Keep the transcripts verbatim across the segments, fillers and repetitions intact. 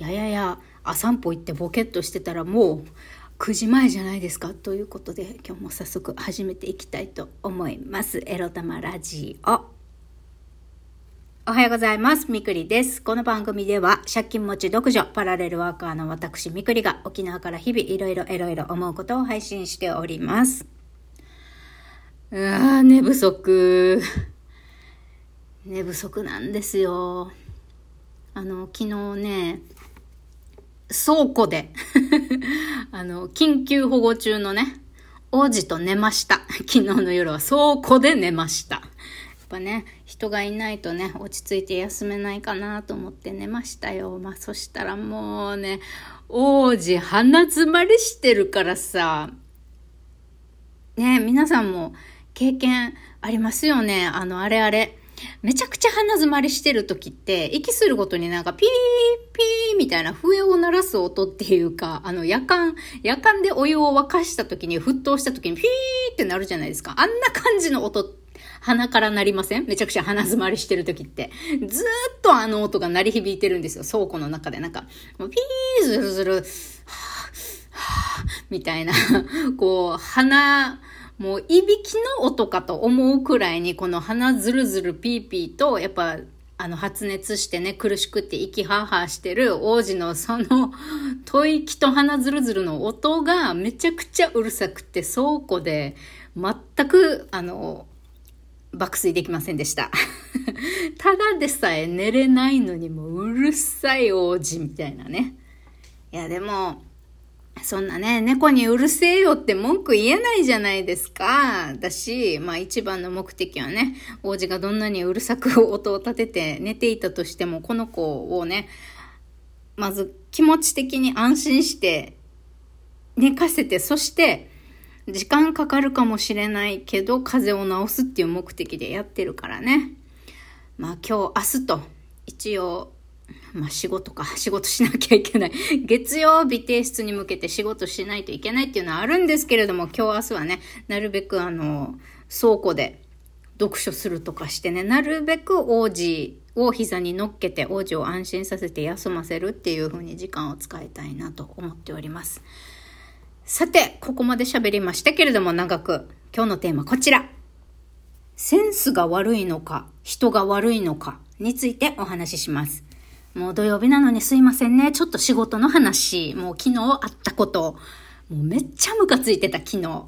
やややあ散歩行ってボケっとしてたらもうくじまえじゃないですかということで、今日も早速始めていきたいと思います。エロ玉ラジオ。おはようございます。みくりです。この番組では借金持ち独女パラレルワーカーの私みくりが沖縄から日々いろいろいろいろ思うことを配信しております。うわー、寝不足寝不足なんですよ。あの昨日ね、倉庫であの緊急保護中のね王子と寝ました。昨日の夜は倉庫で寝ました。やっぱね、人がいないとね落ち着いて休めないかなと思って寝ましたよ。まあそしたらもうね、王子鼻詰まりしてるからさね、皆さんも経験ありますよね。あのあれあれめちゃくちゃ鼻詰まりしてる時って、息するごとになんかピーピーみたいな笛を鳴らす音っていうか、あの夜間、夜間でお湯を沸かした時に、沸騰した時にピーってなるじゃないですか。あんな感じの音、鼻から鳴りません？めちゃくちゃ鼻詰まりしてる時って。ずーっとあの音が鳴り響いてるんですよ。倉庫の中でなんか、ピーズルズル、はぁ、はぁ、みたいな、こう、鼻、もういびきの音かと思うくらいにこの鼻ずるずるピーピーと、やっぱあの発熱してね苦しくって息はーはーしてる王子のその吐息と鼻ずるずるの音がめちゃくちゃうるさくて、倉庫で全くあの爆睡できませんでしたただでさえ寝れないのにもううるさい王子みたいなね。いやでもそんなね、猫にうるせえよって文句言えないじゃないですか。だし、まあ一番の目的はね、王子がどんなにうるさく音を立てて寝ていたとしても、この子をね、まず気持ち的に安心して寝かせて、そして時間かかるかもしれないけど、風邪を治すっていう目的でやってるからね。まあ今日、明日と一応、まあ仕事か、仕事しなきゃいけない。月曜日提出に向けて仕事しないといけないっていうのはあるんですけれども、今日明日はね、なるべくあの、倉庫で読書するとかしてね、なるべく王子を膝に乗っけて王子を安心させて休ませるっていう風に時間を使いたいなと思っております。さて、ここまで喋りましたけれども長く、今日のテーマこちら。センスが悪いのか、人が悪いのかについてお話しします。もう土曜日なのにすいませんね。ちょっと仕事の話、もう昨日あったこと、もうめっちゃムカついてた昨日。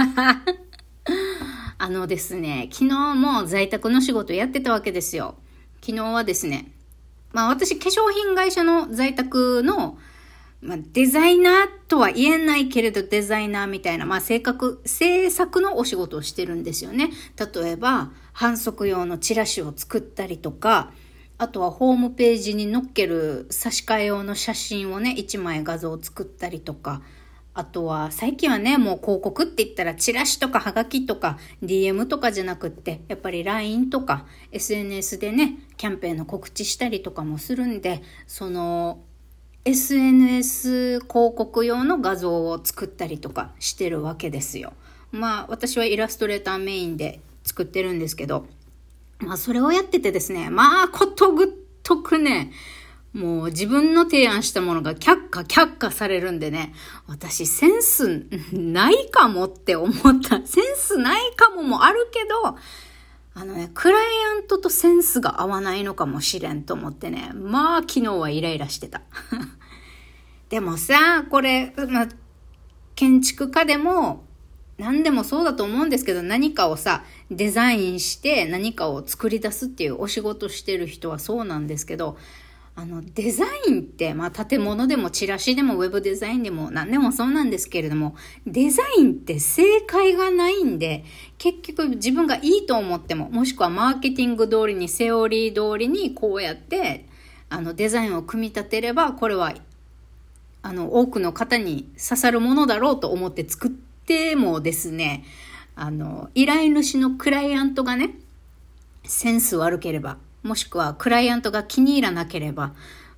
あのですね、昨日も在宅の仕事やってたわけですよ。昨日はですね、まあ私化粧品会社の在宅の、まあ、デザイナーとは言えないけれどデザイナーみたいな、まあ制作、制作のお仕事をしてるんですよね。例えば、販促用のチラシを作ったりとか、あとはホームページに載っける差し替え用の写真をね、いちまい画像を作ったりとか、あとは最近はね、もう広告って言ったらチラシとかハガキとか ディーエム とかじゃなくって、やっぱり ライン とか エスエヌエス でね、キャンペーンの告知したりとかもするんで、その エスエヌエス 広告用の画像を作ったりとかしてるわけですよ。まあ私はイラストレーターメインで作ってるんですけど、まあそれをやっててですね、まあことぐっとくね、もう自分の提案したものが却下却下されるんでね、私センスないかもって思った。センスないかももあるけど、あのね、クライアントとセンスが合わないのかもしれんと思ってね、まあ昨日はイライラしてた。でもさ、これ、まあ、建築家でも何でもそうだと思うんですけど、何かをさデザインして何かを作り出すっていうお仕事してる人はそうなんですけど、あのデザインってまあ建物でもチラシでもウェブデザインでも何でもそうなんですけれども、デザインって正解がないんで、結局自分がいいと思っても、もしくはマーケティング通りにセオリー通りにこうやってあのデザインを組み立てれば、これはあの多くの方に刺さるものだろうと思って作ってでもですね、あの依頼主のクライアントがねセンス悪ければ、もしくはクライアントが気に入らなければ、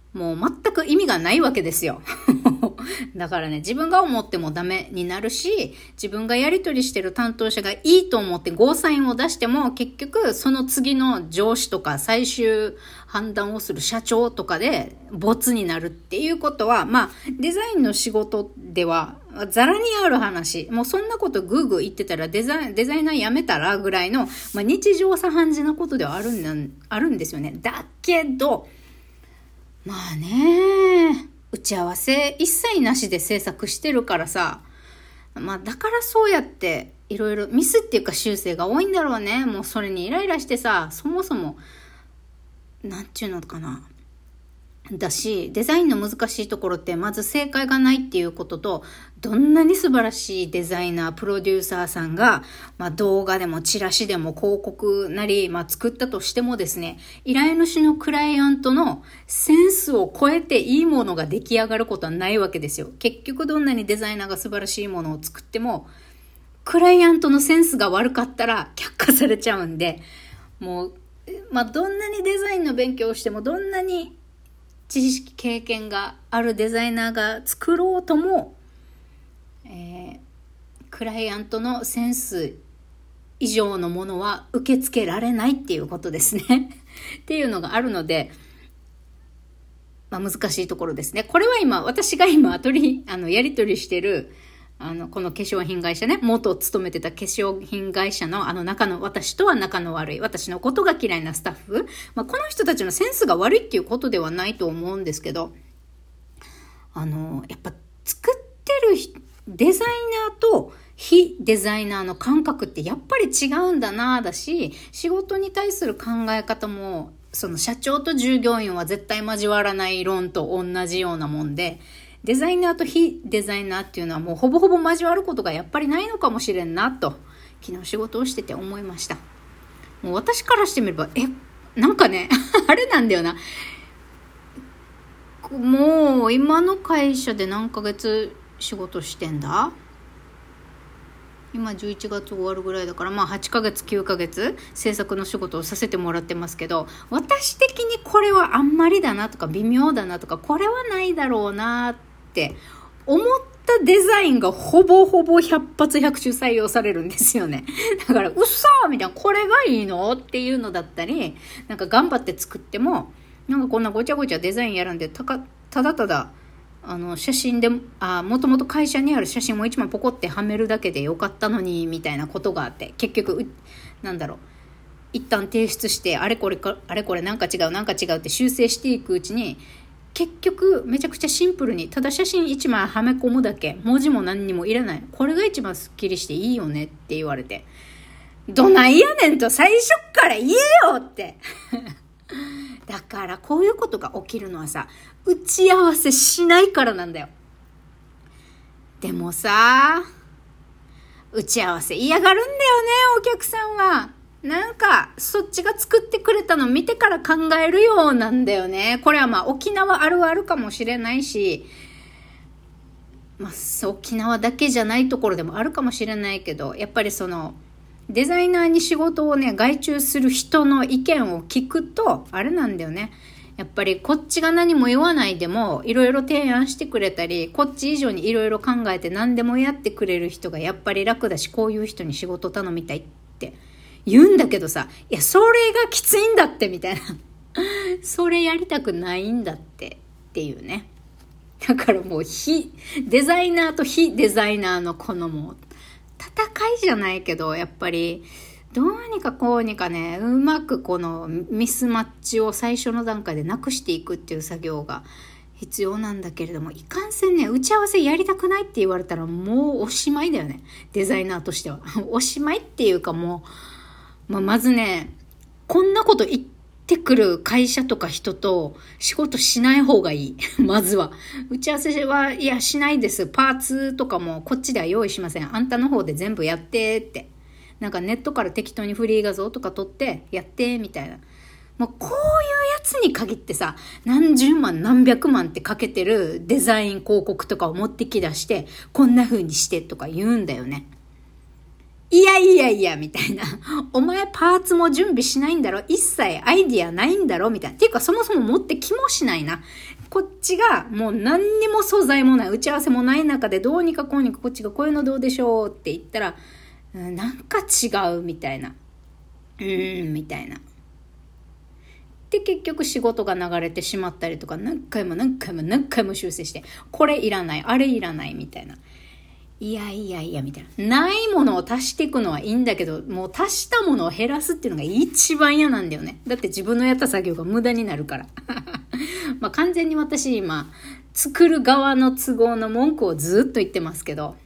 もう全く意味がないわけですよ。だからね、自分が思ってもダメになるし、自分がやり取りしてる担当者がいいと思ってゴーサインを出しても、結局その次の上司とか最終判断をする社長とかでボツになるっていうことは、まあデザインの仕事ではザラにある話。もうそんなことグーグー言ってたらデザイン、デザイナー辞めたらぐらいの、まあ、日常茶飯事なことではあるんだ、あるんですよね。だけど、まあね、打ち合わせ一切なしで制作してるからさ、まあだからそうやっていろいろミスっていうか修正が多いんだろうね。もうそれにイライラしてさ、そもそもなんていうのかな、だし、デザインの難しいところってまず正解がないっていうことと、どんなに素晴らしいデザイナー、プロデューサーさんが、まあ、動画でもチラシでも広告なり、まあ、作ったとしてもですね、依頼主のクライアントのセンスを超えていいものが出来上がることはないわけですよ。結局どんなにデザイナーが素晴らしいものを作っても、クライアントのセンスが悪かったら却下されちゃうんで、もう、まあ、どんなにデザインの勉強をしても、どんなに知識経験があるデザイナーが作ろうとも、えー、クライアントのセンス以上のものは受け付けられないっていうことですねっていうのがあるので、まあ、難しいところですね。これは今私が今取りあのやり取りしてるあのこの化粧品会社ね、元勤めてた化粧品会社のあの仲の、私とは仲の悪い、私のことが嫌いなスタッフ、まあ、この人たちのセンスが悪いっていうことではないと思うんですけど、あのやっぱ作ってるデザイナーと非デザイナーの感覚ってやっぱり違うんだなだし、仕事に対する考え方もその社長と従業員は絶対交わらない論と同じようなもんで、デザイナーと非デザイナーっていうのはもうほぼほぼ交わることがやっぱりないのかもしれんなと、昨日仕事をしてて思いました。もう私からしてみれば、え、なんかね、あれなんだよな。もう今の会社で何ヶ月仕事してんだ？今じゅういちがつ終わるぐらいだから、まあはちかげつきゅうかげつ制作の仕事をさせてもらってますけど、私的にこれはあんまりだなとか微妙だなとか、これはないだろうなって思ったデザインがほぼほぼひゃく発ひゃく中採用されるんですよね。だからうっそーみたいな、これがいいのっていうのだったり、なんか頑張って作ってもなんかこんなごちゃごちゃデザインやるんで、たかただただあの写真であもともと会社にある写真を一枚ポコってはめるだけでよかったのにみたいなことがあって、結局なんだろう、一旦提出してあれこれかあれこれなんか違うなんか違うって修正していくうちに、結局めちゃくちゃシンプルにただ写真一枚はめ込むだけ、文字も何にも入れない、これが一番スッキリしていいよねって言われて、どないやねんと最初から言えよってだからこういうことが起きるのはさ、打ち合わせしないからなんだよ。でもさ、打ち合わせ嫌がるんだよね、お客さんは。なんかそっちが作ってくれたの見てから考えるようなんだよね。これはまあ沖縄あるあるかもしれないし、まあ沖縄だけじゃないところでもあるかもしれないけど、やっぱりそのデザイナーに仕事をね外注する人の意見を聞くとあれなんだよね。やっぱりこっちが何も言わないでもいろいろ提案してくれたり、こっち以上にいろいろ考えて何でもやってくれる人がやっぱり楽だし、こういう人に仕事頼みたいって言うんだけどさ、いやそれがきついんだってみたいなそれやりたくないんだってっていうね。だからもう非デザイナーと非デザイナーのこのもう戦いじゃないけど、やっぱりどうにかこうにかね、うまくこのミスマッチを最初の段階でなくしていくっていう作業が必要なんだけれども、いかんせんね、打ち合わせやりたくないって言われたらもうおしまいだよね、デザイナーとしてはおしまいっていうかもう、まあ、まずね、こんなこと言ってくる会社とか人と仕事しない方がいいまずは打ち合わせはいやしないです、パーツとかもこっちでは用意しません、あんたの方で全部やってって、なんかネットから適当にフリー画像とか撮ってやってみたいな、もうこういうやつに限ってさ、何十万何百万ってかけてるデザイン広告とかを持ってき出して、こんな風にしてとか言うんだよね。 いやいやいや、みたいな。お前パーツも準備しないんだろ、一切アイディアないんだろみたいな。っていうかそもそも持ってきもしないな。こっちがもう何にも素材もない、打ち合わせもない中でどうにかこうにかこっちがこういうのどうでしょうって言ったら、なんか違うみたいな。うーん、みたいな。で、結局仕事が流れてしまったりとか、何回も何回も何回も修正して、これいらない、あれいらないみたいな。いやいやいやみたいな。ないものを足していくのはいいんだけど、もう足したものを減らすっていうのが一番嫌なんだよね。だって自分のやった作業が無駄になるから。まあ完全に私今、作る側の都合の文句をずっと言ってますけど、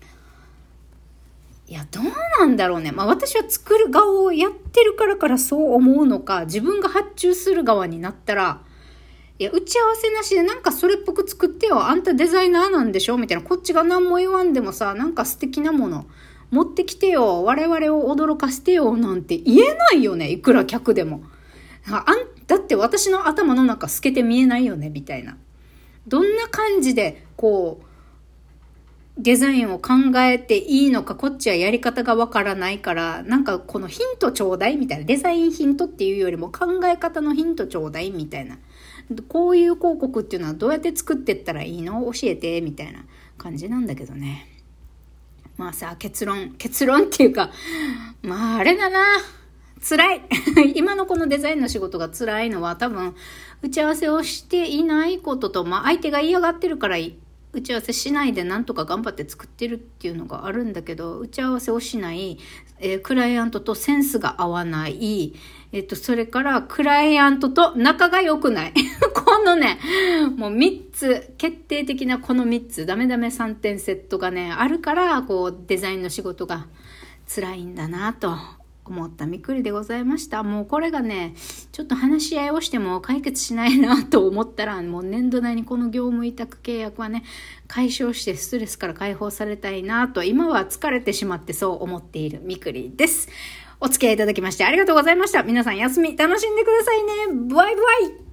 いやどうなんだろうね。まあ私は作る側をやってるからからそう思うのか、自分が発注する側になったら、いや打ち合わせなしでなんかそれっぽく作ってよ、あんたデザイナーなんでしょみたいな、こっちが何も言わんでもさ、なんか素敵なもの持ってきてよ、我々を驚かせてよなんて言えないよね、いくら客でも。あんだって私の頭の中透けて見えないよねみたいな。どんな感じでこうデザインを考えていいのか、こっちはやり方がわからないから、なんかこのヒントちょうだいみたいな。デザインヒントっていうよりも考え方のヒントちょうだいみたいな。こういう広告っていうのはどうやって作っていったらいいの？教えてみたいな感じなんだけどね。まあさ、結論、結論っていうか、まああれだな。辛い。今のこのデザインの仕事が辛いのは多分、打ち合わせをしていないことと、まあ相手が嫌がってるから打ち合わせしないでなんとか頑張って作ってるっていうのがあるんだけど、打ち合わせをしない、えー、クライアントとセンスが合わない、えっと、それからクライアントと仲が良くない。このね、もうみっつ、決定的なこのみっつ、ダメダメさんてんセットがね、あるから、こう、デザインの仕事が辛いんだなと思ったみくりでございました。もうこれがね、ちょっと話し合いをしても解決しないなと思ったら、もう年度内にこの業務委託契約はね、解消してストレスから解放されたいなと、今は疲れてしまってそう思っているみくりです。お付き合いいただきましてありがとうございました。皆さん休み楽しんでくださいね。バイバイ。